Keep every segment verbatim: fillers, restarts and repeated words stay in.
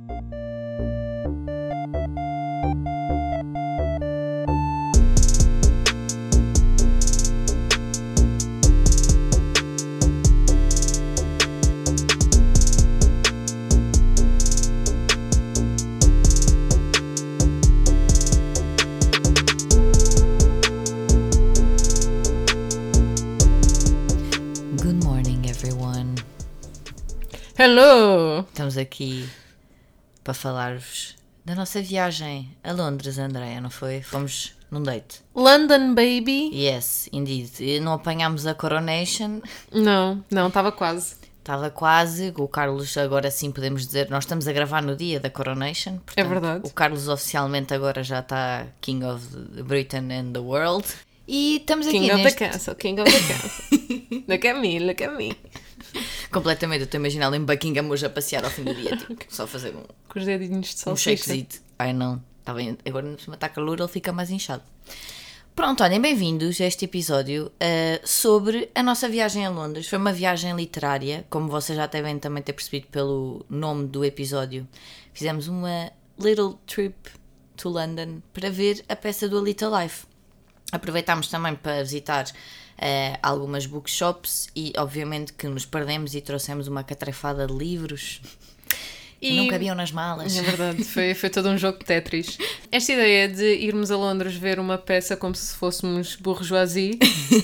Hello! Estamos aqui para falar-vos da nossa viagem a Londres, Andréia, não foi? Fomos num date. London, baby! Yes, indeed. E não apanhámos a Coronation. Não, não, estava quase. Estava quase. O Carlos, agora sim podemos dizer, nós estamos a gravar no dia da Coronation. Portanto, é verdade. O Carlos oficialmente agora já está King of Britain and the World. E estamos aqui King of neste... the Castle, King of the Castle. Look at me, look at me. Completamente, eu estou a imaginar em Buckingham hoje a passear ao fim do dia, tipo, só fazer um, com os dedinhos de um salsicha. shakezito. Ai não, tá bem, agora se matar calor ele fica mais inchado. Pronto, olhem, bem-vindos a este episódio uh, sobre a nossa viagem a Londres. Foi uma viagem literária, como vocês já devem também ter percebido pelo nome do episódio. Fizemos uma little trip to London para ver a peça do A Little Life. Aproveitámos também para visitar uh, algumas bookshops e obviamente que nos perdemos e trouxemos uma catrefada de livros e... que não cabiam nas malas. É verdade, foi, foi todo um jogo de Tetris. Esta ideia de irmos a Londres ver uma peça como se fôssemos bourgeoisie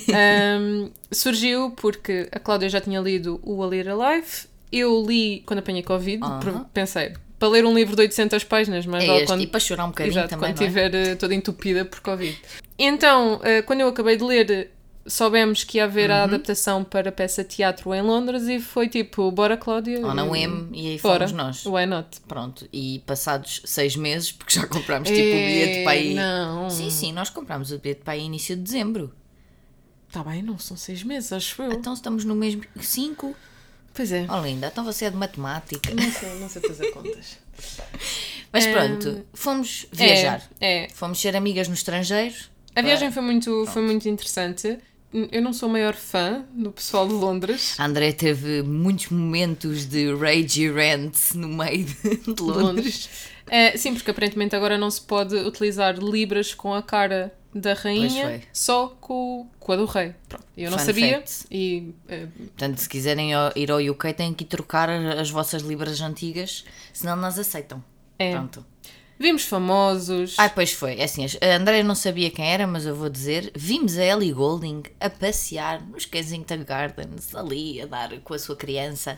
um, surgiu porque a Cláudia já tinha lido o A Little Life. Eu li quando apanhei Covid, uh-huh. Pensei, para ler um livro de oitocentas páginas, mas é este, quando... e para chorar um bocadinho Exato, também, quando não é? estiver toda entupida por Covid. Então, quando eu acabei de ler, soubemos que ia haver uhum. a adaptação para a peça teatro em Londres e foi tipo, bora Cláudia. Ou na U M e aí fomos nós. Why not? Pronto, e passados seis meses, porque já comprámos tipo o bilhete para aí... Não. Sim, sim, nós comprámos o bilhete para aí início de dezembro. Está bem, não são seis meses, acho eu. Então estamos no mesmo... Cinco? Pois é. Oh linda, então você é de matemática. Não sei, não sei fazer contas. Mas pronto, um, fomos viajar. É, é. Fomos ser amigas no estrangeiro. A viagem foi muito, foi muito interessante. Eu não sou o maior fã do pessoal de Londres. A André teve muitos momentos de rage e rant no meio de, de Londres. Londres. É, sim, porque aparentemente agora não se pode utilizar libras com a cara da rainha, só com, com a do rei. Pronto. Eu não Fun sabia. Fact. E, uh... Portanto, se quiserem ir ao U K, têm que trocar as vossas libras antigas, senão não as aceitam. É. Pronto. Vimos famosos. Ah, pois foi. É assim, a Andrea não sabia quem era, mas eu vou dizer. Vimos a Ellie Goulding a passear nos Kensington Gardens, ali, a dar com a sua criança.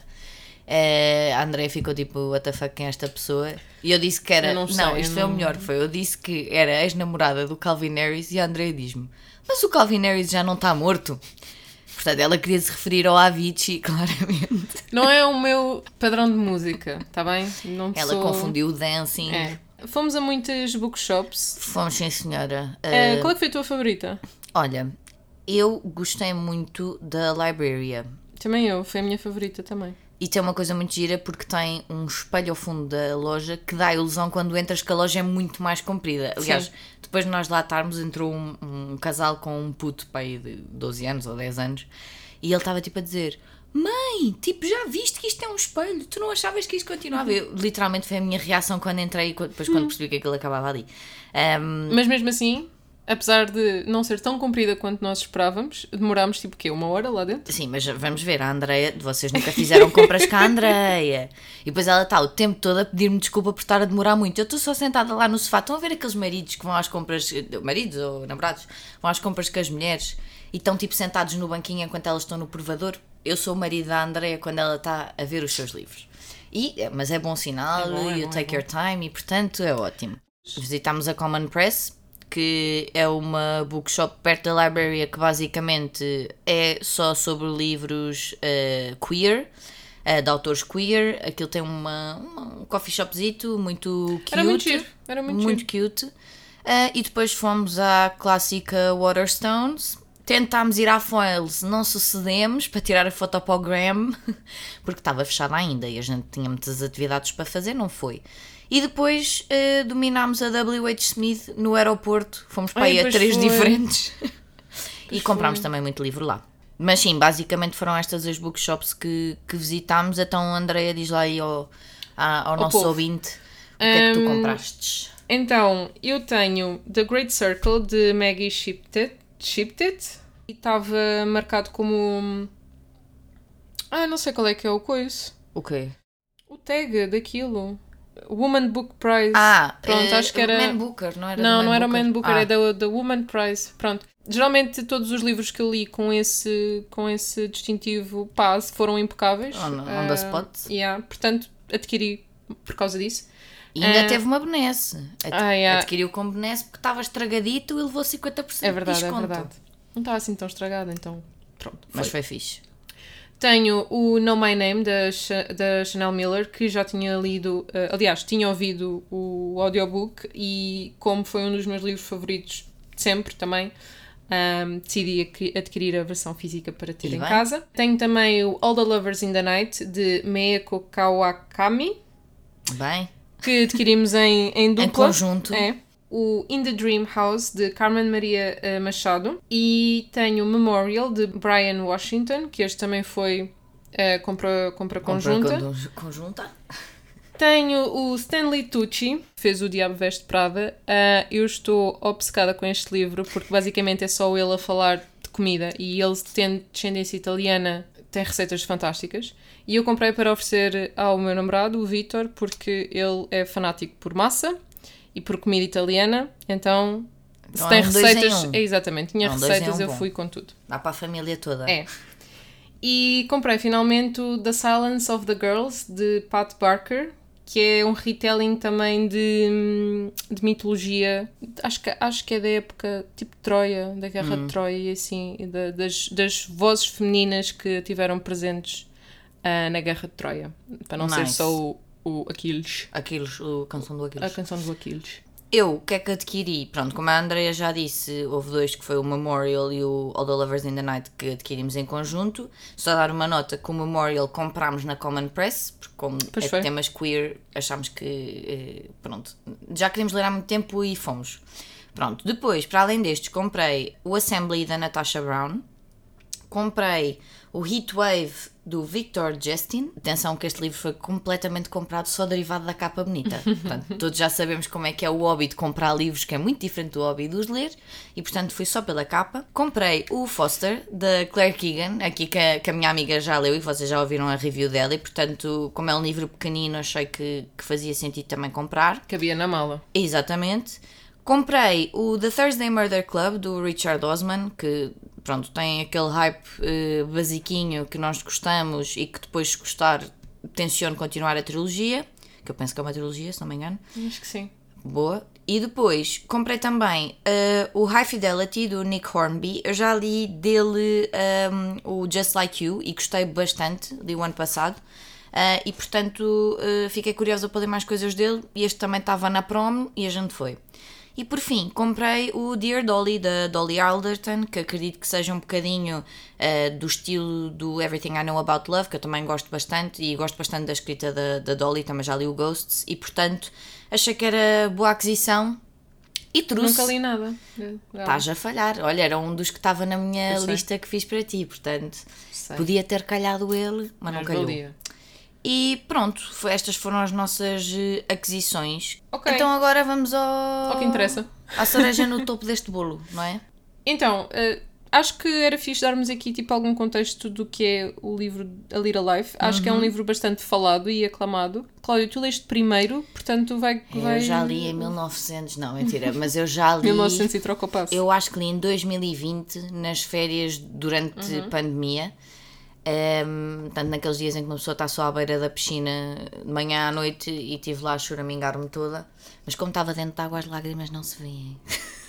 Uh, a Andrea ficou tipo, what the fuck, quem é esta pessoa? E eu disse que era... Eu não, sei, não, isto foi não... o melhor. Foi. Eu disse que era ex-namorada do Calvin Harris e a Andrea diz-me, mas o Calvin Harris já não está morto? Portanto, ela queria se referir ao Avicii, claramente. Não é o meu padrão de música, está bem? Não ela sou... confundiu o dancing. É. Fomos a muitas bookshops. Fomos, sim, senhora. Uh, qual é que foi a tua favorita? Olha, eu gostei muito da Libraria. Também eu, foi a minha favorita também. E tem uma coisa muito gira porque tem um espelho ao fundo da loja que dá a ilusão quando entras que a loja é muito mais comprida. Aliás, sim. Depois de nós lá estarmos, entrou um, um casal com um puto pai de doze anos ou dez anos e ele estava tipo a dizer: mãe, tipo, já viste que isto é um espelho? Tu não achavas que isto continuava? Eu, literalmente foi a minha reação quando entrei e depois quando percebi que aquilo acabava ali. Um, Mas mesmo assim, apesar de não ser tão comprida quanto nós esperávamos, demorámos tipo o quê? Uma hora lá dentro? Sim, mas vamos ver, a Andreia, vocês nunca fizeram compras com a Andreia. E depois ela está o tempo todo a pedir-me desculpa por estar a demorar muito. Eu estou só sentada lá no sofá. Estão a ver aqueles maridos que vão às compras, maridos ou namorados, vão às compras com as mulheres e estão tipo sentados no banquinho enquanto elas estão no provador? Eu sou o marido da Andreia quando ela está a ver os seus livros. E, mas é bom sinal, é bom, é you bom, take é your time e portanto é ótimo. Visitámos a Common Press, que é uma bookshop perto da Libraria que basicamente é só sobre livros uh, queer, uh, de autores queer. Aquilo tem uma, uma, um coffee shopzito muito cute. Era muito giro. Era muito, muito cute. Uh, e depois fomos à clássica Waterstones. Tentámos ir à Foyles, não sucedemos para tirar a foto para o Gram, porque estava fechada ainda e a gente tinha muitas atividades para fazer, não foi. E depois uh, dominámos a W H Smith no aeroporto, fomos para aí a três foi. diferentes e comprámos foi. também muito livro lá. Mas sim, basicamente foram estas as bookshops que, que visitámos. Então a Andreia diz lá aí ao, ao, ao nosso povo. ouvinte o que é que tu Um, compraste. Então, eu tenho The Great Circle de Maggie Shipted, Shipted e estava marcado como... Ah, não sei qual é que é o coisa. O quê? O tag daquilo. Woman Book Prize. Ah, Pronto, uh, acho que era... Man Booker, não era Não, do Man não era o Booker? Man Booker, ah. é da, da Woman Prize. Pronto. Geralmente todos os livros que eu li com esse, com esse distintivo pass foram impecáveis. On, on the spot. Uh, yeah, portanto, adquiri por causa disso. E ainda Uh, teve uma benesse. Ad- ah, yeah. Adquiriu com benesse porque estava estragadito e levou cinquenta por cento É verdade, de é desconto. verdade. Não estava assim tão estragado, então pronto. Foi. Mas foi fixe. Tenho o Know My Name da, Ch- da Chanel Miller, que já tinha lido, uh, aliás, tinha ouvido o audiobook e como foi um dos meus livros favoritos de sempre também, um, decidi adqui- adquirir a versão física para ter E em bem. casa. Tenho também o All the Lovers in the Night de Meiko Kawakami, Bem, que adquirimos em, em dupla. em conjunto. É. O In the Dream House, de Carmen Maria eh, Machado. E tenho o Memorial, de Brian Washington, que este também foi eh, compra, compra conjunta. Compra con- conjunta. Tenho o Stanley Tucci, que fez o Diabo Veste Prada. Ah, eu estou obcecada com este livro, porque basicamente é só ele a falar de comida. E ele, tendo descendência italiana, tem receitas fantásticas. E eu comprei para oferecer ao meu namorado, o Vítor, porque ele é fanático por massa e por comida italiana, então, Então se tem é um dois em receitas... um. É, exatamente, tinha É um dois em receitas, um eu bom. fui com tudo. Dá para a família toda. É. E comprei finalmente o The Silence of the Girls, de Pat Barker, que é um retelling também de, de mitologia, acho que, acho que é da época, tipo de Troia, da Guerra Hum. de Troia e assim, e da- das, das vozes femininas que tiveram presentes ah, na Guerra de Troia, para não ser Nice. só o, o Aquiles, Aquiles, o canção do Aquiles. a canção do Aquiles. Eu, o que é que adquiri? Pronto, como a Andrea já disse, houve dois que foi o Memorial e o All the Lovers in the Night que adquirimos em conjunto. Só dar uma nota que o Memorial comprámos na Common Press, porque como Pois é foi. temas queer, achámos que, eh, pronto, já queríamos ler há muito tempo e fomos. Pronto, depois, para além destes, comprei o Assembly da Natasha Brown, comprei o Heatwave do Victor Justin. Atenção que este livro foi completamente comprado só derivado da capa bonita. Portanto, todos já sabemos como é que é o hobby de comprar livros, que é muito diferente do hobby de os ler, e portanto fui só pela capa. Comprei o Foster, da Claire Keegan, aqui que a, que a minha amiga já leu e vocês já ouviram a review dela, e portanto, como é um livro pequenino, achei que, que fazia sentido também comprar. Cabia na mala. Exatamente. Comprei o The Thursday Murder Club, do Richard Osman, que, pronto, tem aquele hype eh, basiquinho que nós gostamos e que depois de gostar tenciono continuar a trilogia, que eu penso que é uma trilogia, se não me engano. Acho que sim. Boa. E depois comprei também eh, o High Fidelity, do Nick Hornby. Eu já li dele ehm, o Just Like You e gostei bastante, li o ano passado. Uh, e portanto uh, fiquei curiosa para ler mais coisas dele, e este também estava na promo e a gente foi. E por fim, comprei o Dear Dolly, da Dolly Alderton, que acredito que seja um bocadinho uh, do estilo do Everything I Know About Love, que eu também gosto bastante, e gosto bastante da escrita da, da Dolly, também já li o Ghosts, e portanto achei que era boa aquisição e trouxe. Nunca li nada. Estás a falhar, olha, era um dos que estava na minha Eu sei. lista que fiz para ti, portanto Sei. podia ter calhado ele, mas não Mas calhou. valia. E pronto, foi- estas foram as nossas eh, aquisições. Ok. Então agora vamos ao... Ao que interessa. À cereja no topo deste bolo, não é? Então, eh, acho que era fixe darmos aqui tipo algum contexto do que é o livro A Little Life. Acho que é um livro bastante falado e aclamado. Cláudia, tu leste primeiro, portanto vai... vai... Eu já li em mil e novecentos, não, mentira, mas eu já li... mil e novecentos e troca o passo. Eu acho que li em dois mil e vinte, nas férias durante a pandemia. Um, portanto, naqueles dias em que uma pessoa está só à beira da piscina de manhã à noite, e estive lá a choramingar-me toda, mas como estava dentro de água, as lágrimas não se veem.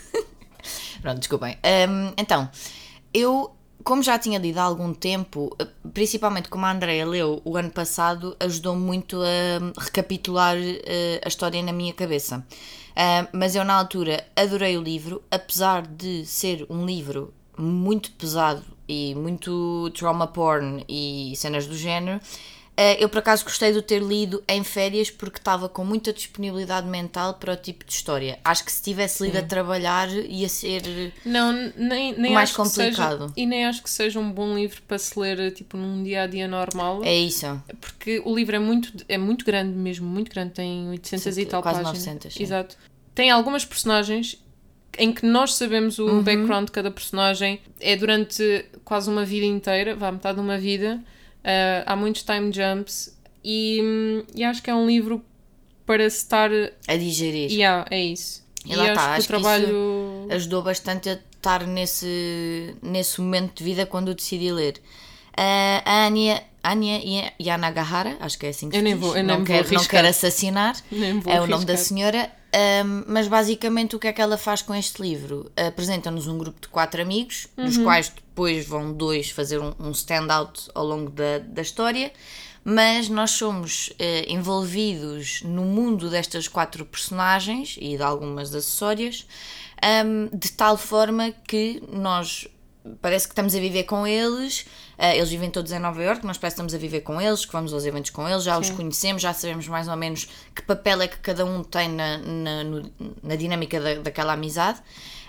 Pronto, desculpem. Um, então, eu, como já tinha lido há algum tempo, principalmente como a Andrea leu o ano passado, ajudou-me muito a recapitular uh, a história na minha cabeça. Uh, mas eu, na altura, adorei o livro, apesar de ser um livro muito pesado e muito trauma porn e cenas do género. Eu, por acaso, gostei de o ter lido em férias porque estava com muita disponibilidade mental para o tipo de história. Acho que se tivesse lido Sim. a trabalhar ia ser não, nem, nem mais acho complicado. Que seja, e nem acho que seja um bom livro para se ler tipo, num dia-a-dia normal. É isso. Porque o livro é muito, é muito grande mesmo, muito grande. Tem oitocentas sim, e tal quase páginas. novecentas. Sim. Exato. Tem algumas personagens em que nós sabemos o uhum. background de cada personagem. É durante quase uma vida inteira, vá, metade de uma vida. Uh, há muitos time jumps e, e acho que é um livro para se estar a digerir. Yeah, é isso. E, e lá está, acho que, acho que trabalho... isso ajudou bastante a estar nesse, nesse momento de vida quando eu decidi ler. Uh, a Anya, Anya Yanagihara, acho que é assim que se eu nem diz. Vou, eu não, nem quero, vou não quero assassinar, nem vou é arriscar. O nome da senhora. Um, mas basicamente o que é que ela faz com este livro? Apresenta-nos um grupo de quatro amigos, uhum. dos quais depois vão dois fazer um, um stand-out ao longo da, da história, mas nós somos uh, envolvidos no mundo destas quatro personagens e de algumas acessórias, um, de tal forma que nós parece que estamos a viver com eles. Uh, eles vivem todos em Nova Iorque, nós parece que estamos a viver com eles, que vamos aos eventos com eles, já Sim. os conhecemos, já sabemos mais ou menos que papel é que cada um tem na, na, no, na dinâmica da, daquela amizade.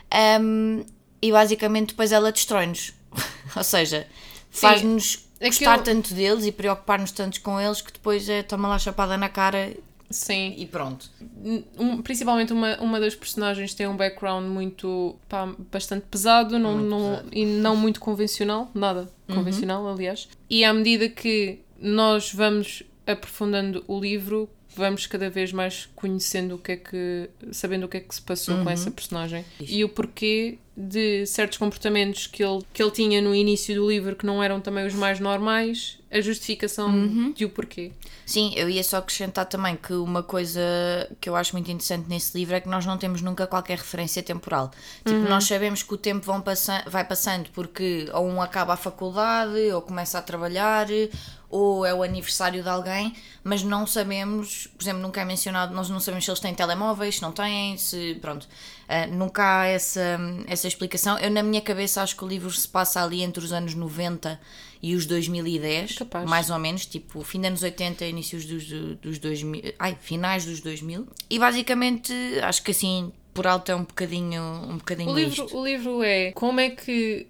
Um, e basicamente depois ela destrói-nos. Ou seja, faz-nos Sim, gostar aquilo... tanto deles e preocupar-nos tanto com eles que depois é toma lá a chapada na cara. Sim. E pronto. Um, principalmente uma, uma das personagens tem um background muito, pá, bastante pesado, não, não, pesado e não muito convencional, nada uhum. convencional, aliás. E à medida que nós vamos aprofundando o livro, vamos cada vez mais conhecendo o que é que, sabendo o que é que se passou uhum. com essa personagem. Isso. E o porquê de certos comportamentos que ele, que ele tinha no início do livro que não eram também os mais normais, a justificação uhum. de o porquê. Sim, eu ia só acrescentar também que uma coisa que eu acho muito interessante nesse livro é que nós não temos nunca qualquer referência temporal. Tipo, uhum. nós sabemos que o tempo vão passa- vai passando porque ou um acaba a faculdade, ou começa a trabalhar, ou é o aniversário de alguém, mas não sabemos, por exemplo, nunca é mencionado, nós não sabemos se eles têm telemóveis, se não têm, se, pronto, uh, nunca há essa, essa explicação. Eu na minha cabeça acho que o livro se passa ali entre os anos noventa e os dois mil e dez, Capaz. mais ou menos, tipo, fim dos anos oitenta, inícios dos, dos dois mil, ai, finais dos dois mil, e basicamente acho que assim, por alto é um bocadinho, um bocadinho o livro, isto. O livro é como é que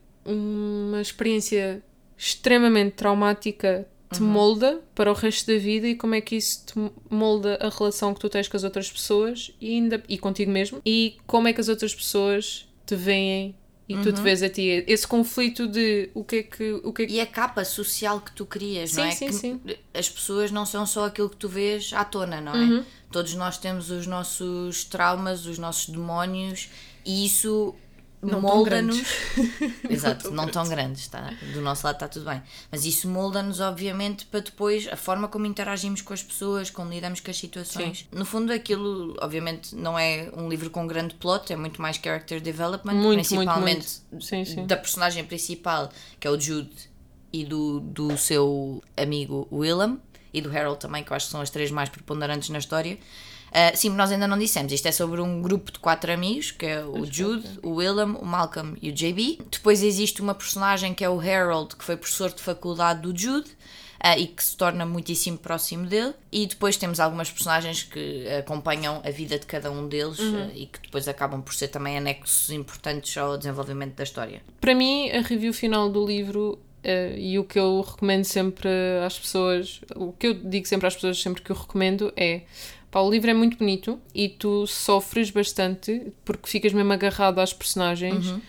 uma experiência extremamente traumática te uhum. molda para o resto da vida e como é que isso te molda a relação que tu tens com as outras pessoas e, ainda, e contigo mesmo, e como é que as outras pessoas te veem e uhum. tu te vês a ti. Esse conflito de o que é que... O que, é que... E a capa social que tu crias, sim, não é? Sim, que sim. As pessoas não são só aquilo que tu vês à tona, não é? Uhum. Todos nós temos os nossos traumas, os nossos demónios e isso... Não molda-nos, exato, não, não tão grandes, tá? Do nosso lado está tudo bem, mas isso molda-nos obviamente para depois a forma como interagimos com as pessoas, como lidamos com as situações. Sim. No fundo aquilo obviamente não é um livro com grande plot, é muito mais character development, muito, principalmente muito, muito. Sim, sim. da personagem principal, que é o Jude, e do, do seu amigo Willem, e do Harold também, que eu acho que são as três mais preponderantes na história. Uh, sim, nós ainda não dissemos, isto é sobre um grupo de quatro amigos, que é o Jude, o Willem, o Malcolm e o J B. Depois existe uma personagem que é o Harold, que foi professor de faculdade do Jude uh, e que se torna muitíssimo próximo dele. E depois temos algumas personagens que acompanham a vida de cada um deles uhum. uh, e que depois acabam por ser também anexos importantes ao desenvolvimento da história. Para mim, a review final do livro... Uh, e o que eu recomendo sempre às pessoas, o que eu digo sempre às pessoas sempre que eu recomendo é, pá, o livro é muito bonito e tu sofres bastante porque ficas mesmo agarrado às personagens, uhum.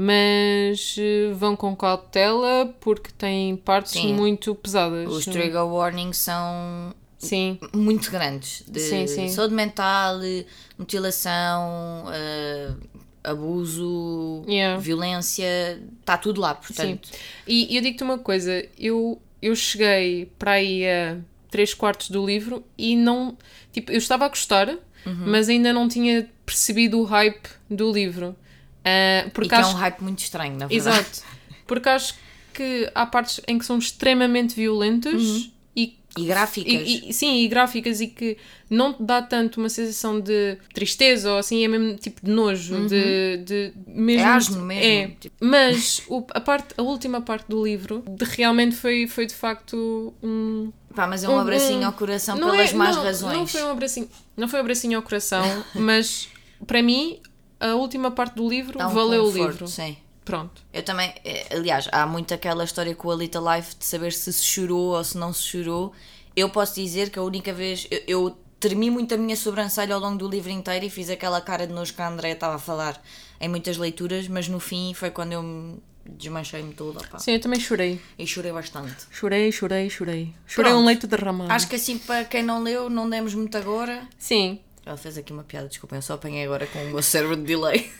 mas uh, vão com cautela porque têm partes sim. muito pesadas. Os trigger warnings são sim. muito grandes, de sim, sim. saúde mental, mutilação... Uh, abuso, yeah. violência, está tudo lá, portanto. Sim. E eu digo-te uma coisa, eu, eu cheguei para aí a três quartos do livro e não, tipo, eu estava a gostar, uhum. mas ainda não tinha percebido o hype do livro. Uh, porque e que acho... é um hype muito estranho, na verdade. Exato, porque acho que há partes em que são extremamente violentas uhum. e E gráficas. E, e, sim, e gráficas e que não te dá tanto uma sensação de tristeza ou assim, é mesmo tipo de nojo, uhum. de, de mesmo... É asno mesmo. É, tipo. Mas o, a, parte, a última parte do livro de, realmente foi, foi de facto um, Pá, mas é um, um abracinho ao coração não pelas é, más não, razões. Não foi um abracinho, não foi um abracinho ao coração, mas para mim a última parte do livro Dá um valeu conforto, o livro. Sim. Pronto. Eu também, aliás, há muito aquela história com a Little Life de saber se se chorou ou se não se chorou. Eu posso dizer que a única vez, eu, eu tremi muito a minha sobrancelha ao longo do livro inteiro e fiz aquela cara de nojo que a Andrea estava a falar em muitas leituras, mas no fim foi quando eu me desmanchei-me toda. Pá. Sim, eu também chorei. E chorei bastante. Chorei, chorei, chorei. Chorei Pronto. um leito derramado. Acho que assim, para quem não leu, não demos muito agora. Sim. Ela fez aqui uma piada, desculpa, eu só apanhei agora com o meu cérebro de delay.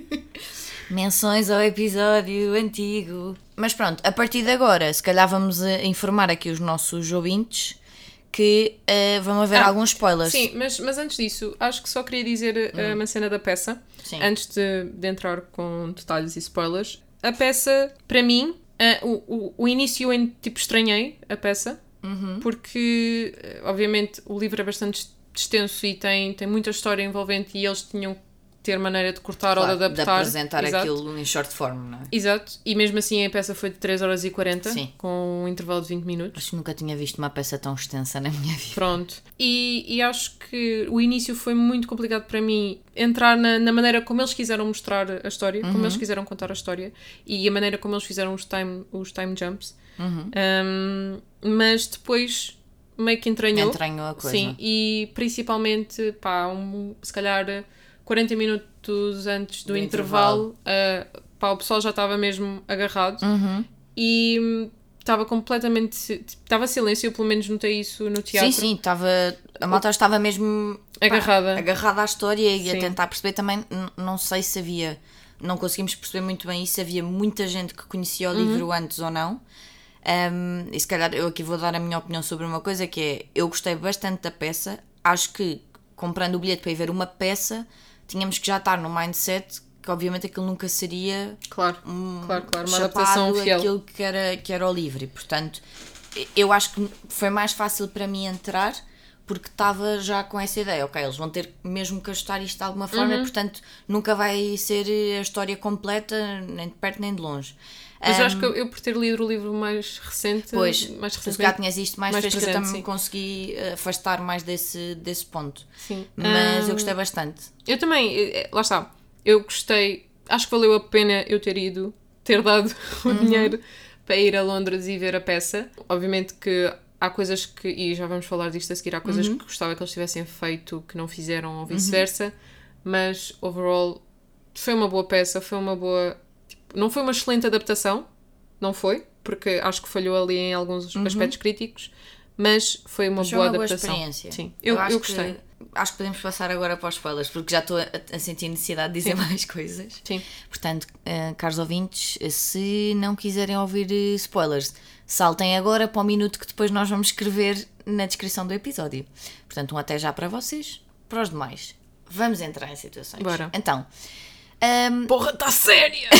Menções ao episódio antigo. Mas pronto, a partir de agora, se calhar vamos a informar aqui os nossos ouvintes que uh, vão haver ah, alguns spoilers. Sim, mas, mas antes disso, acho que só queria dizer uh, uma cena da peça, sim. antes de, de entrar com detalhes e spoilers. A peça, para mim, uh, o, o, o início eu tipo estranhei a peça, uhum. porque obviamente o livro é bastante extenso e tem, tem muita história envolvente e eles tinham ter maneira de cortar claro, ou de adaptar. De apresentar Exato. Aquilo em short form, não é? Exato. E mesmo assim a peça foi de três horas e quarenta, Sim. com um intervalo de vinte minutos. Acho que nunca tinha visto uma peça tão extensa na minha vida. Pronto. E, e acho que o início foi muito complicado para mim entrar na, na maneira como eles quiseram mostrar a história, uhum. como eles quiseram contar a história e a maneira como eles fizeram os time, os time jumps. Uhum. Um, mas depois meio que entranhou. Entranhou a coisa. Sim. E principalmente, pá, um, se calhar quarenta minutos antes do, do intervalo, intervalo. Uh, pá, o pessoal já estava mesmo agarrado uhum. e estava completamente... Estava silêncio, eu pelo menos notei isso no teatro. Sim, sim, estava, a malta estava mesmo agarrada, pá, agarrada à história e sim. a tentar perceber também, n- não sei se havia, não conseguimos perceber muito bem isso, havia muita gente que conhecia o livro uhum. antes ou não. Um, e se calhar eu aqui vou dar a minha opinião sobre uma coisa que é, eu gostei bastante da peça, acho que comprando o bilhete para ir ver uma peça tínhamos que já estar no mindset que obviamente aquilo nunca seria claro, um claro, claro, uma adaptação fiel aquilo que era, que era o livro e portanto eu acho que foi mais fácil para mim entrar porque estava já com essa ideia, ok, eles vão ter mesmo que ajustar isto de alguma forma uhum. e portanto nunca vai ser a história completa nem de perto nem de longe. Mas um, eu acho que eu, eu por ter lido o livro mais recente, pois, mais tu se cá tinhas isto mais, mais fez presente, que eu também sim. me consegui afastar mais desse, desse ponto. Sim. Mas um, eu gostei bastante. Eu também, lá está, eu gostei, acho que valeu a pena eu ter ido, ter dado o uhum. dinheiro para ir a Londres e ver a peça. Obviamente que há coisas que, e já vamos falar disto a seguir, há coisas uhum. que gostava que eles tivessem feito que não fizeram ou vice-versa, uhum. mas overall foi uma boa peça, foi uma boa... Não foi uma excelente adaptação, não foi, porque acho que falhou ali em alguns uhum. aspectos críticos, mas foi uma mas boa foi uma adaptação. Boa experiência. Sim, eu, eu, eu eu gostei. Que, acho que podemos passar agora para os spoilers, porque já estou a, a sentir necessidade de dizer Sim. mais coisas. Sim. Portanto, uh, caros ouvintes, se não quiserem ouvir spoilers, saltem agora para o minuto que depois nós vamos escrever na descrição do episódio. Portanto, um até já para vocês, para os demais. Vamos entrar em situações. Bora. Então... Um, Porra, está séria!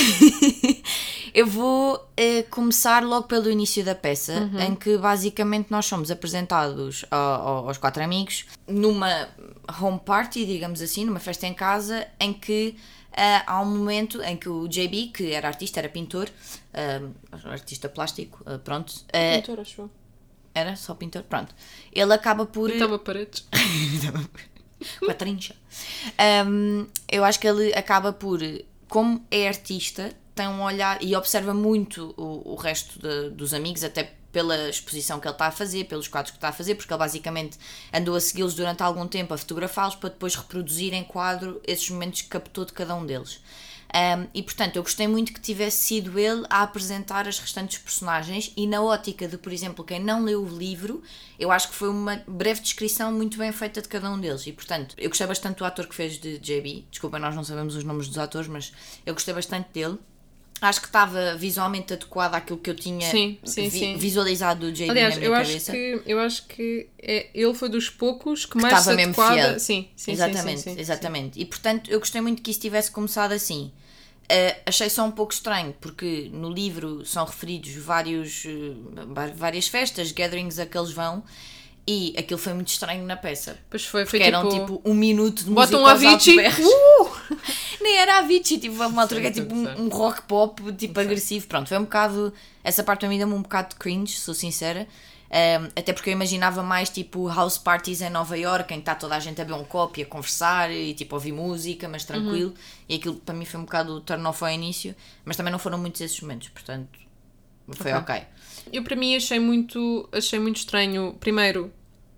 Eu vou uh, começar logo pelo início da peça, uhum. em que basicamente nós somos apresentados a, a, aos quatro amigos numa home party, digamos assim, numa festa em casa, em que uh, há um momento em que o J B, que era artista, era pintor, uh, artista plástico, uh, pronto. Uh, pintor, acho eu. Era só pintor, pronto. Ele acaba por... Pintava paredes. Com a trincha. Um, eu acho que ele acaba por, como é artista, tem um olhar e observa muito o, o resto de, dos amigos, até pela exposição que ele está a fazer, pelos quadros que está a fazer, porque ele basicamente andou a segui-los durante algum tempo, a fotografá-los para depois reproduzir em quadro esses momentos que captou de cada um deles. Um, e portanto eu gostei muito que tivesse sido ele a apresentar as restantes personagens e na ótica de, por exemplo, quem não leu o livro, eu acho que foi uma breve descrição muito bem feita de cada um deles e portanto eu gostei bastante do ator que fez de J B, desculpa, nós não sabemos os nomes dos atores, mas eu gostei bastante dele. Acho que estava visualmente adequado àquilo que eu tinha sim, sim, vi- sim. visualizado do J B. Aliás, na minha eu cabeça. Acho que, eu acho que é, ele foi dos poucos que, que mais se mesmo adequada... fiel. Sim, sim, exatamente, sim, sim, exatamente. Sim. E portanto eu gostei muito que isso tivesse começado assim. Uh, achei só um pouco estranho porque no livro são referidos vários, uh, várias festas, gatherings a que eles vão e aquilo foi muito estranho na peça. Pois foi, foi porque tipo... eram tipo um minuto de Bota música um aos altos Avicii! berros. Uh! Nem era Avicii, tipo, uma altura que é Certo, tipo um, certo. um rock pop tipo Certo. agressivo. Pronto, foi um bocado... Essa parte para mim deu-me um bocado de cringe, sou sincera. Um, até porque eu imaginava mais tipo house parties em Nova York, em que está toda a gente a beber um copo e a conversar e tipo ouvir música, mas tranquilo. Uhum. E aquilo para mim foi um bocado o turn off ao início, mas também não foram muitos esses momentos, portanto foi ok. okay. Eu para mim achei muito, achei muito estranho, primeiro,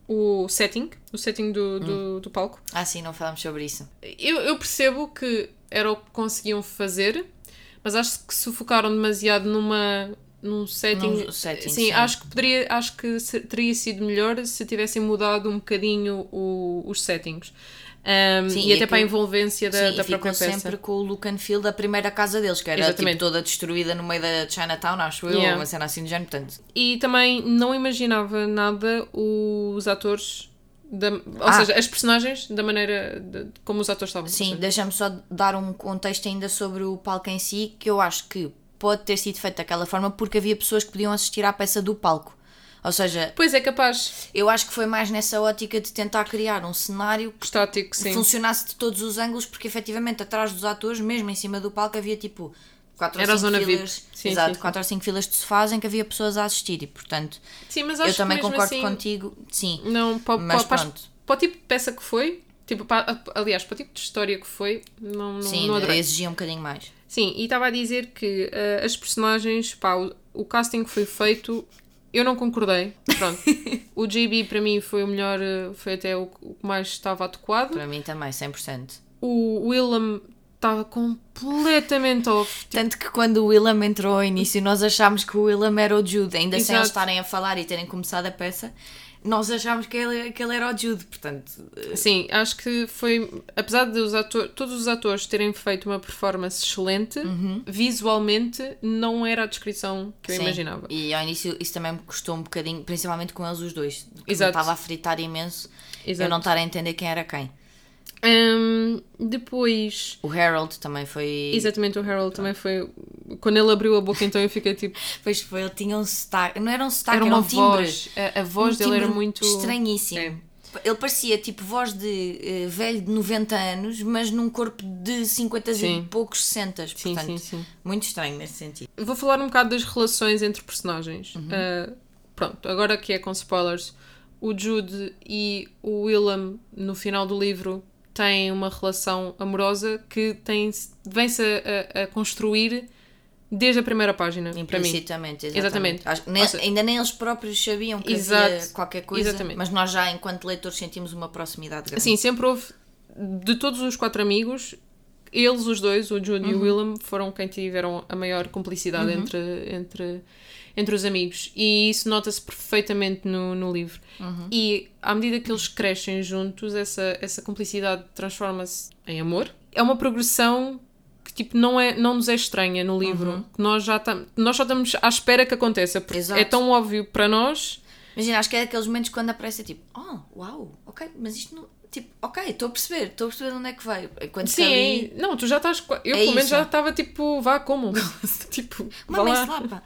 o setting, o setting do, do, hum. do palco. Ah sim, não falámos sobre isso. Eu, eu percebo que era o que conseguiam fazer, mas acho que se focaram demasiado numa... num setting, num setting sim, sim, acho que poderia, acho que teria sido melhor se tivessem mudado um bocadinho o, os settings. Um, sim, e, e até para a envolvência da, sim, da própria peça. Sempre com o look and feel da primeira casa deles, que era tipo, toda destruída no meio da Chinatown, acho eu, yeah. uma cena assim de género, portanto. E também não imaginava nada os atores, da, ou ah. seja, as personagens, da maneira de, como os atores estavam. Sim, deixa-me só dar um contexto ainda sobre o palco em si, que eu acho que pode ter sido feito daquela forma porque havia pessoas que podiam assistir à peça do palco. Ou seja... Pois é, capaz. Eu acho que foi mais nessa ótica de tentar criar um cenário estático, que sim. funcionasse de todos os ângulos, porque efetivamente atrás dos atores, mesmo em cima do palco, havia tipo quatro Era ou cinco filas, V I P. Sim, exato, sim, quatro ou cinco filas de sofás em que havia pessoas a assistir e, portanto, sim, mas acho eu também que concordo assim, contigo. Sim, não, para, mas para, pronto. Para o tipo de peça que foi, tipo, para, aliás, para o tipo de história que foi, não, não, sim, não adorei. exigia um bocadinho mais. Sim, e estava a dizer que uh, as personagens, pá, o, o casting que foi feito, eu não concordei. Pronto. O J B para mim foi o melhor, foi até o, o que mais estava adequado. Para mim também, cem por cento. O Willem estava completamente off. Tipo... Tanto que quando o Willem entrou ao início, nós achámos que o Willem era o Jude, ainda Exato. Sem eles estarem a falar e terem começado a peça. Nós achámos que ele, que ele era o Jude, portanto... Sim, acho que foi... Apesar de os atores, todos os atores terem feito uma performance excelente, uhum. visualmente não era a descrição que eu Sim. imaginava. E ao início isso também me custou um bocadinho, principalmente com eles os dois. Porque Exato. eu estava a fritar imenso, Exato. eu não estar a entender quem era quem. Um, depois... O Harold também foi... Exatamente, o Harold também foi... Quando ele abriu a boca, então eu fiquei tipo... Pois foi, ele tinha um sotaque... Não era um sotaque, era, era uma um timbre. Voz. A, a voz um dele era muito... estranhíssimo. É. Ele parecia tipo voz de uh, velho de noventa anos, mas num corpo de cinquenta sim. e poucos, sessenta. Sim, portanto, sim, sim. muito estranho nesse sentido. Vou falar um bocado das relações entre personagens. Uhum. Uh, pronto, agora que é com spoilers, o Jude e o Willem, no final do livro, têm uma relação amorosa que tem, vem-se a, a, a construir desde a primeira página, implicitamente, para mim. Exatamente. Acho, nem, seja, ainda nem eles próprios sabiam que exato, havia qualquer coisa, exatamente. Mas nós já, enquanto leitores, sentimos uma proximidade grande. Sim, sempre houve, de todos os quatro amigos, eles, os dois, o Jude uhum. e o Willem, foram quem tiveram a maior cumplicidade uhum. entre, entre, entre os amigos. E isso nota-se perfeitamente no, no livro. Uhum. E à medida que eles crescem juntos, essa, essa cumplicidade transforma-se em amor. É uma progressão que tipo, não, é, não nos é estranha no livro. Uhum. Que nós, já tam, nós só estamos à espera que aconteça. Porque Exato. É tão óbvio para nós. Imagina, acho que é daqueles momentos quando aparece tipo, oh, uau, ok, mas isto não... Tipo, ok, estou a perceber, estou a perceber de onde é que veio. Quando Sim, ali... não, tu já estás... Eu, é pelo menos, já estava tipo, vá, como? tipo, vá lá.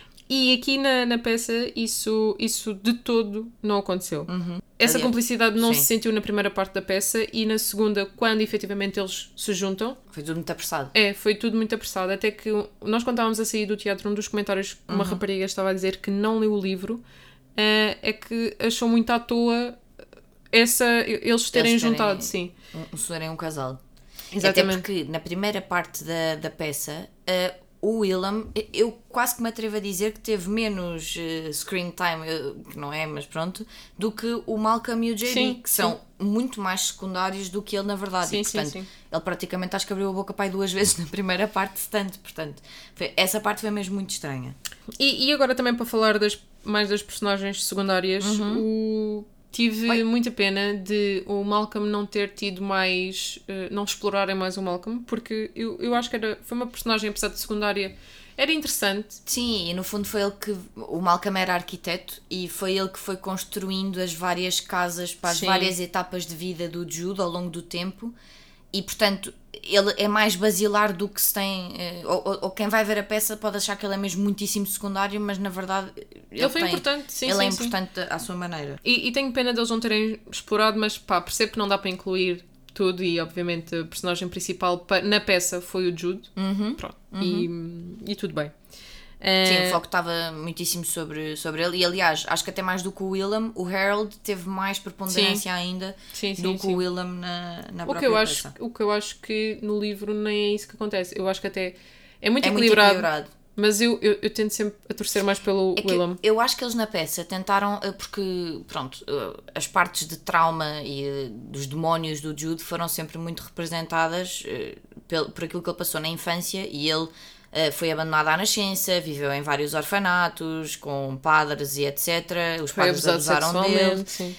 E aqui na, na peça, isso, isso de todo não aconteceu. Uhum. Essa Aliás, cumplicidade não sim. se sentiu na primeira parte da peça e na segunda, quando efetivamente eles se juntam... Foi tudo muito apressado. É, foi tudo muito apressado. Até que nós, quando estávamos a sair do teatro, um dos comentários que uma uhum. rapariga estava a dizer que não leu o livro, uh, é que achou muito à toa... Essa, eles terem eles juntado, sim. Um, serem um casal. Exatamente. Até porque na primeira parte da, da peça, uh, o Willem, eu quase que me atrevo a dizer que teve menos uh, screen time, uh, que não é, mas pronto, do que o Malcolm e o J B, sim, que sim. são muito mais secundários do que ele na verdade. Sim, e, portanto, sim, sim. ele praticamente acho que abriu a boca pai duas vezes na primeira parte, tanto. Portanto, foi, essa parte foi mesmo muito estranha. E, e agora também para falar das, mais das personagens secundárias, uhum. o... Tive Oi. muita pena de o Malcolm não ter tido mais... Uh, não explorarem mais o Malcolm, porque eu, eu acho que era, foi uma personagem, apesar de secundária, era interessante. Sim, e no fundo foi ele que... O Malcolm era arquiteto e foi ele que foi construindo as várias casas para as Sim. várias etapas de vida do Jude ao longo do tempo. E, portanto, ele é mais basilar do que se tem... Ou, ou quem vai ver a peça pode achar que ele é mesmo muitíssimo secundário, mas, na verdade... Ele, ele foi tem, importante, sim, Ele sim, é sim. importante à sua maneira. E, e tenho pena deles não terem explorado, mas, pá, percebo que não dá para incluir tudo e, obviamente, a personagem principal na peça foi o Jude. Uhum. Pronto. Uhum. E, e tudo bem. Sim, o foco estava muitíssimo sobre, sobre ele. E aliás, acho que até mais do que o Willem, o Harold teve mais preponderância sim. ainda sim, sim, do que sim. o Willem na, na o própria que eu acho peça. O que eu acho que no livro nem é isso que acontece. Eu acho que até é muito é equilibrado. Muito equilibrado. Mas eu, eu, eu tento sempre a torcer mais pelo é Willem. Eu acho que eles na peça tentaram, porque, pronto, as partes de trauma e dos demónios do Jude foram sempre muito representadas por, por aquilo que ele passou na infância, e ele foi abandonado à nascença, viveu em vários orfanatos, com padres e etcétera. Os foi padres abusaram dele. Sim.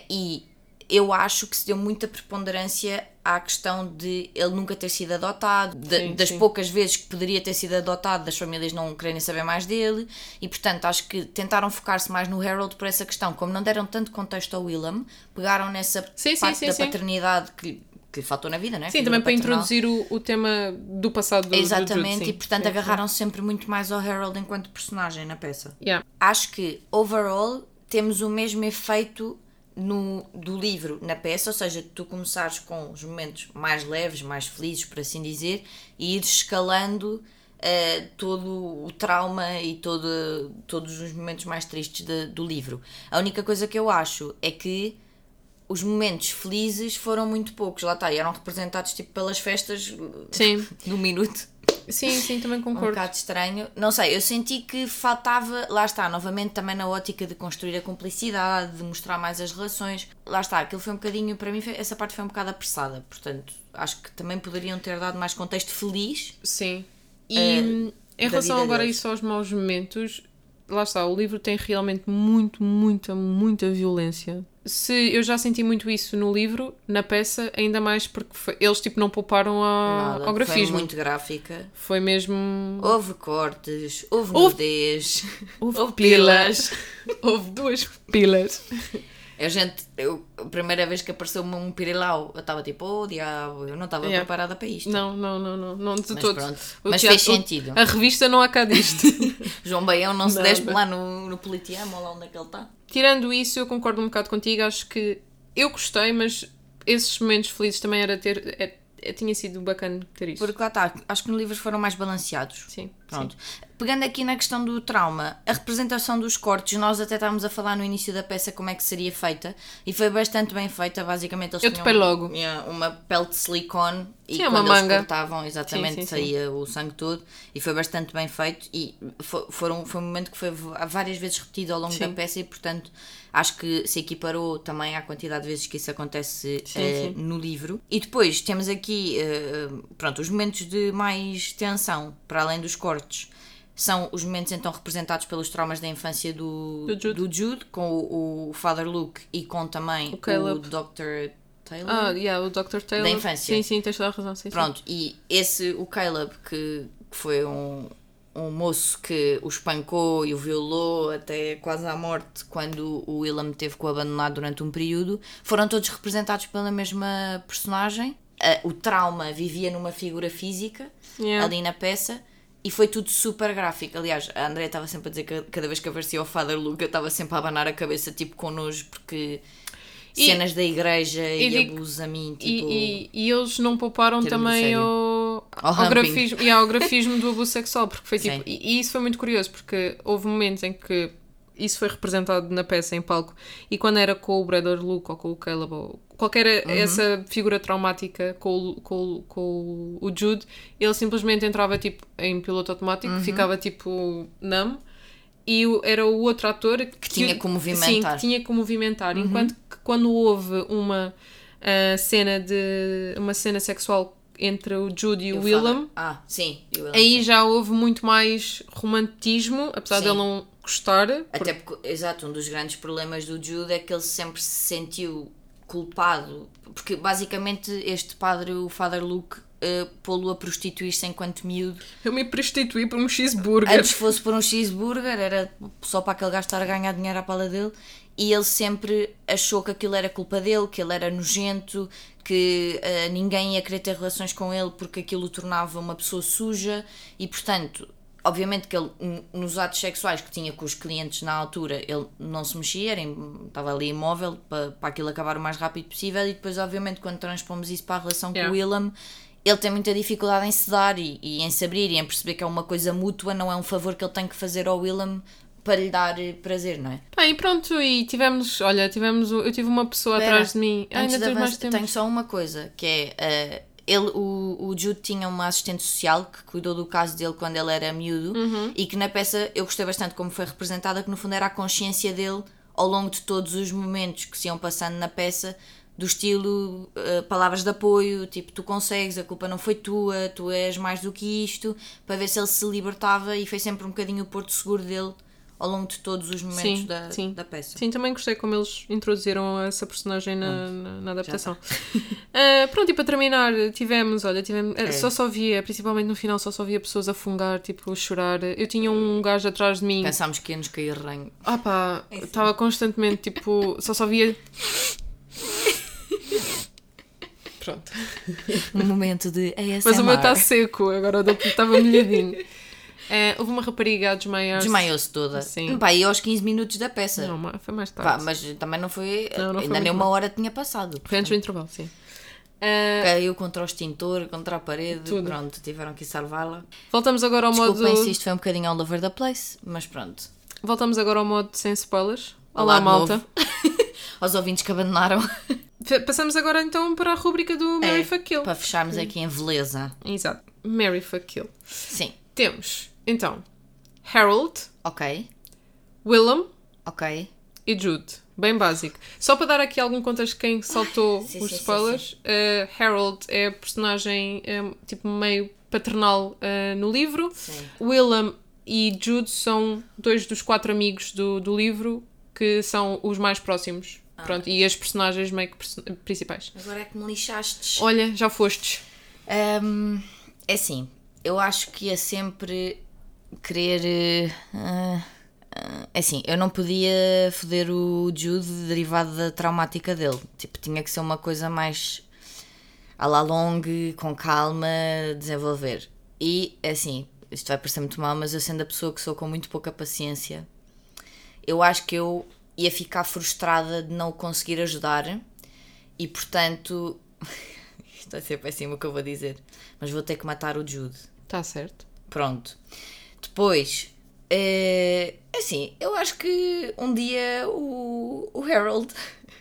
E eu acho que se deu muita preponderância à questão de ele nunca ter sido adotado, de, sim, das sim. poucas vezes que poderia ter sido adotado, das famílias não quererem saber mais dele, e portanto acho que tentaram focar-se mais no Harold por essa questão. Como não deram tanto contexto ao Willem, pegaram nessa sim, parte sim, da sim, paternidade que, que lhe faltou na vida, não é? Sim, Figura também para paternal. introduzir o, o tema do passado do Exatamente, do Jude, sim. E portanto sim, agarraram-se sempre muito mais ao Harold enquanto personagem na peça. Yeah. Acho que, overall, temos o mesmo efeito no, do livro na peça, ou seja, tu começares com os momentos mais leves, mais felizes, por assim dizer, e ires escalando uh, todo o trauma e todo, todos os momentos mais tristes de, do livro. A única coisa que eu acho é que os momentos felizes foram muito poucos, lá está, e eram representados tipo pelas festas sim. no minuto. Sim, sim, também concordo. Um bocado estranho. Não sei, eu senti que faltava, lá está, novamente também na ótica de construir a cumplicidade, de mostrar mais as relações. Lá está, aquilo foi um bocadinho, para mim, essa parte foi um bocado apressada. Portanto, acho que também poderiam ter dado mais contexto feliz. Sim. E uh, em relação agora a isso aos maus momentos, lá está, o livro tem realmente muito, muita, muita violência. Se eu já senti muito isso no livro, na peça, ainda mais porque foi, eles tipo não pouparam a, Nada, ao grafismo. Foi muito gráfica. Foi mesmo... Houve cortes, houve nudez, houve, houve pilas. Houve duas pilas. A gente, eu, a primeira vez que apareceu-me um pirilau, eu estava tipo, oh diabo, eu não estava yeah. preparada para isto. Não, não, não, não, não de Mas todo. Pronto. O Mas teatro, fez sentido. A revista não há cá disto. João Baião não se despe lá no, no Politeama, ou lá onde é que ele está. Tirando isso, eu concordo um bocado contigo, acho que eu gostei, mas esses momentos felizes também era ter... É, é, tinha sido bacana ter isso. Porque lá está, acho que nos livros foram mais balanceados. Sim. Pronto. Sim. Pegando aqui na questão do trauma, a representação dos cortes, nós até estávamos a falar no início da peça como é que seria feita, e foi bastante bem feita. Basicamente eles eu tinham topei logo. uma pele de silicone e sim, quando uma eles manga. cortavam exatamente sim, sim, saía sim. o sangue todo, e foi bastante bem feito, e foi, foram, foi um momento que foi várias vezes repetido ao longo sim. da peça, e portanto acho que se equiparou também à quantidade de vezes que isso acontece sim, uh, sim. no livro. E depois temos aqui uh, pronto, os momentos de mais tensão, para além dos cortes, são os momentos então representados pelos traumas da infância do, do, Jude. do Jude, com o, o Father Luke e com também o, o doutor Taylor. Ah, yeah, o doutor Taylor. Da infância. Sim, sim, tens toda a razão. Sim, pronto, sim. E esse, o Caleb, que, que foi um, um moço que o espancou e o violou até quase à morte quando o Willem teve que o abandonar durante um período, foram todos representados pela mesma personagem. O trauma vivia numa figura física, yeah. ali na peça. E foi tudo super gráfico. Aliás, a Andrea estava sempre a dizer que cada vez que aparecia o Father Luke eu estava sempre a abanar a cabeça tipo com nojo, porque e, cenas da igreja e, e abusos a mim tipo... E, e, e eles não pouparam também ao, ao, ao, grafismo, e ao grafismo do abuso sexual, porque foi tipo... E, e isso foi muito curioso, porque houve momentos em que isso foi representado na peça em palco, e quando era com o Brother Luke ou com o Caleb ou qualquer uhum. essa figura traumática com o, com, com o Jude, ele simplesmente entrava tipo em piloto automático, uhum. ficava tipo numb, e o, era o outro ator que, que tinha que movimentar, sim, que tinha que movimentar, uhum. enquanto que quando houve uma uh, cena de uma cena sexual entre o Jude e o Willem, ah, sim, Willem, aí sim. já houve muito mais romantismo, apesar sim. de ele não gostar. Até porque, exato, um dos grandes problemas do Jude é que ele sempre se sentiu culpado, porque basicamente este padre, o Father Luke, uh, pô-lo a prostituir-se enquanto miúdo. Eu me prostituí por um cheeseburger. Antes fosse por um cheeseburger, era só para aquele gajo estar a ganhar dinheiro à pala dele, e ele sempre achou que aquilo era culpa dele, que ele era nojento, que uh, ninguém ia querer ter relações com ele porque aquilo o tornava uma pessoa suja, e portanto... Obviamente que ele, nos atos sexuais que tinha com os clientes na altura, ele não se mexia, era, estava ali imóvel para, para aquilo acabar o mais rápido possível, e depois obviamente quando transpomos isso para a relação yeah. com o Willem, ele tem muita dificuldade em se dar e, e em se abrir e em perceber que é uma coisa mútua, não é um favor que ele tem que fazer ao Willem para lhe dar prazer, não é? Bem, e pronto, e tivemos, olha, tivemos, eu tive uma pessoa Espera, atrás de mim. Ah, antes ainda de tens mais avançar, tempo. tenho só uma coisa, que é, uh, ele, o, o Jude tinha uma assistente social que cuidou do caso dele quando ele era miúdo, Uhum. e que na peça eu gostei bastante como foi representada, que no fundo era a consciência dele ao longo de todos os momentos que se iam passando na peça, do estilo uh, palavras de apoio, tipo, tu consegues, a culpa não foi tua, tu és mais do que isto, para ver se ele se libertava, e foi sempre um bocadinho o porto seguro dele ao longo de todos os momentos Sim, da, sim. da peça. Sim, também gostei como eles introduziram essa personagem na, na, na adaptação. uh, pronto, e para terminar, tivemos, olha, tivemos, É. só só via, principalmente no final, só só via pessoas a fungar, tipo, a chorar. Eu tinha um gajo atrás de mim. Pensámos que ia nos cair ranho. Ah pá, estava constantemente, tipo, só só via... Pronto. Um momento de A S M R. Mas o meu está seco, agora o dele estava molhadinho. Uh, houve uma rapariga a desmaiar-se. Desmaiou-se toda. Sim. Pá, e aos quinze minutos da peça. Não, ma- foi mais Pá, tarde. mas também não foi. Não, não foi ainda nem muito uma mal. hora tinha passado. Foi antes do intervalo, sim. Uh, Caiu contra o extintor, contra a parede. Tudo. Pronto, tiveram que salvá-la. voltamos agora ao Desculpem modo... se isto foi um bocadinho all over the place, mas pronto. Voltamos agora ao modo sem spoilers. Olá, Olá de malta. novo. Aos ouvintes que abandonaram. F- Passamos agora então para a rúbrica do Mary É, Fuck Kill. para fecharmos aqui em beleza. Exato. Mary Fuck Kill. Sim. Temos, então, Harold, Ok. Willem Ok. e Jude. Bem básico. Só para dar aqui algum contexto quem saltou sim, os sim, spoilers, uh, Harold é personagem um, tipo meio paternal uh, no livro. Sim. Willem e Jude são dois dos quatro amigos do, do livro que são os mais próximos. Ah. Pronto, e as personagens meio que perso- principais. Agora é que me lixastes. Olha, já fostes. Hum, é assim, eu acho que ia sempre querer. Uh, uh, é assim, eu não podia foder o Jude derivado da traumática dele. Tipo, tinha que ser uma coisa mais à la longue, com calma, desenvolver. E, é assim, isto vai parecer muito mal, mas eu sendo a pessoa que sou com muito pouca paciência, eu acho que eu ia ficar frustrada de não o conseguir ajudar e, portanto. Isto vai ser péssimo o que eu vou dizer, mas vou ter que matar o Jude. Está certo. Pronto. Depois, é assim, eu acho que um dia o, o Harold.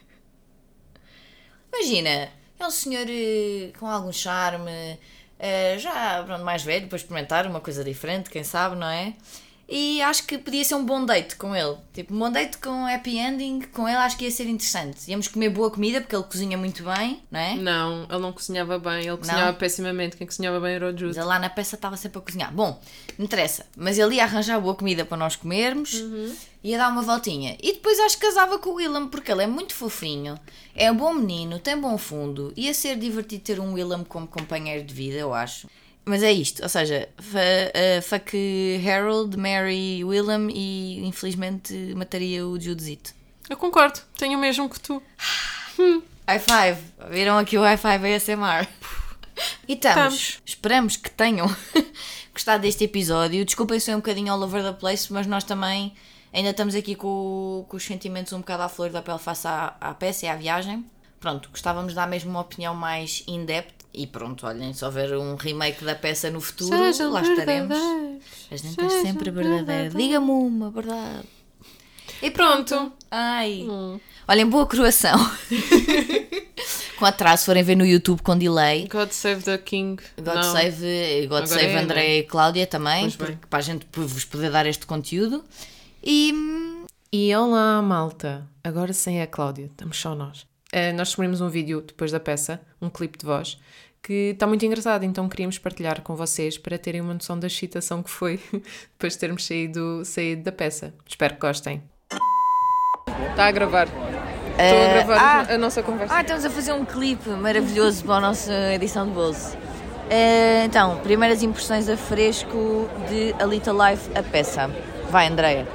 Imagina, é um senhor eh, com algum charme, eh, já pronto, mais velho, para experimentar uma coisa diferente, quem sabe, não é? E acho que podia ser um bom date com ele. Tipo, um bom date com happy ending, com ele acho que ia ser interessante. Íamos comer boa comida, porque ele cozinha muito bem, não é? Não, ele não cozinhava bem, ele cozinhava Não? pessimamente. Quem cozinhava bem era o Jude. Mas ele lá na peça estava sempre a cozinhar. Bom, não interessa. Mas ele ia arranjar boa comida para nós comermos, Uhum. ia dar uma voltinha. E depois acho que casava com o Willem, porque ele é muito fofinho, é um bom menino, tem bom fundo. Ia ser divertido ter um Willem como companheiro de vida, eu acho. Mas é isto, ou seja, fa, uh, fuck Harold, Mary, Willem e infelizmente mataria o Judezito. Eu concordo, tenho o mesmo que tu. High five! Viram aqui o high five A S M R? E estamos. Estamos. Esperamos que tenham gostado deste episódio. Desculpem se é um bocadinho all over the place, mas nós também ainda estamos aqui com, com os sentimentos um bocado à flor da pele face à, à peça e à viagem. Pronto, gostávamos de dar mesmo uma opinião mais in-depth. E pronto, olhem, se houver um remake da peça no futuro, Sejam lá estaremos. verdadeiros. A gente é Sejam sempre verdadeira. verdadeiros. Diga-me uma verdade. E Pronto. Ai. Hum. Olhem, boa croação. Com atraso, se forem ver no YouTube com delay. God Save the King. God Não. Save, God Agora save é, André né? e Cláudia também, Pois bem. porque, para a gente vos poder dar este conteúdo. E E olá, malta. Agora sem a Cláudia, estamos só nós. Eh, nós descobrimos um vídeo depois da peça, um clipe de voz, que está muito engraçado, então queríamos partilhar com vocês para terem uma noção da excitação que foi depois de termos saído, saído da peça. Espero que gostem. Está a gravar. Estou a gravar ah. a nossa conversa. ah, estamos a fazer um clipe maravilhoso para a nossa edição de bolso. Eh, então, primeiras impressões a fresco de A Little Life, a peça. Vai, Andreia.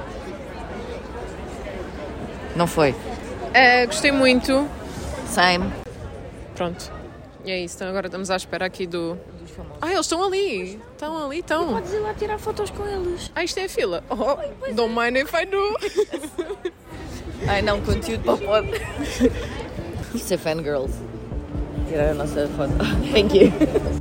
Não foi? Eh, gostei muito. Same. Pronto. E é isso, então agora estamos à espera aqui do... Ah, eles estão ali. Estão ali, estão. Podes ir lá tirar fotos com eles. Ah, isto é a fila. Oh, don't mind if I do. Ai não, conteúdo para o pod. Isso é fangirls. Tirar a nossa foto. Thank you.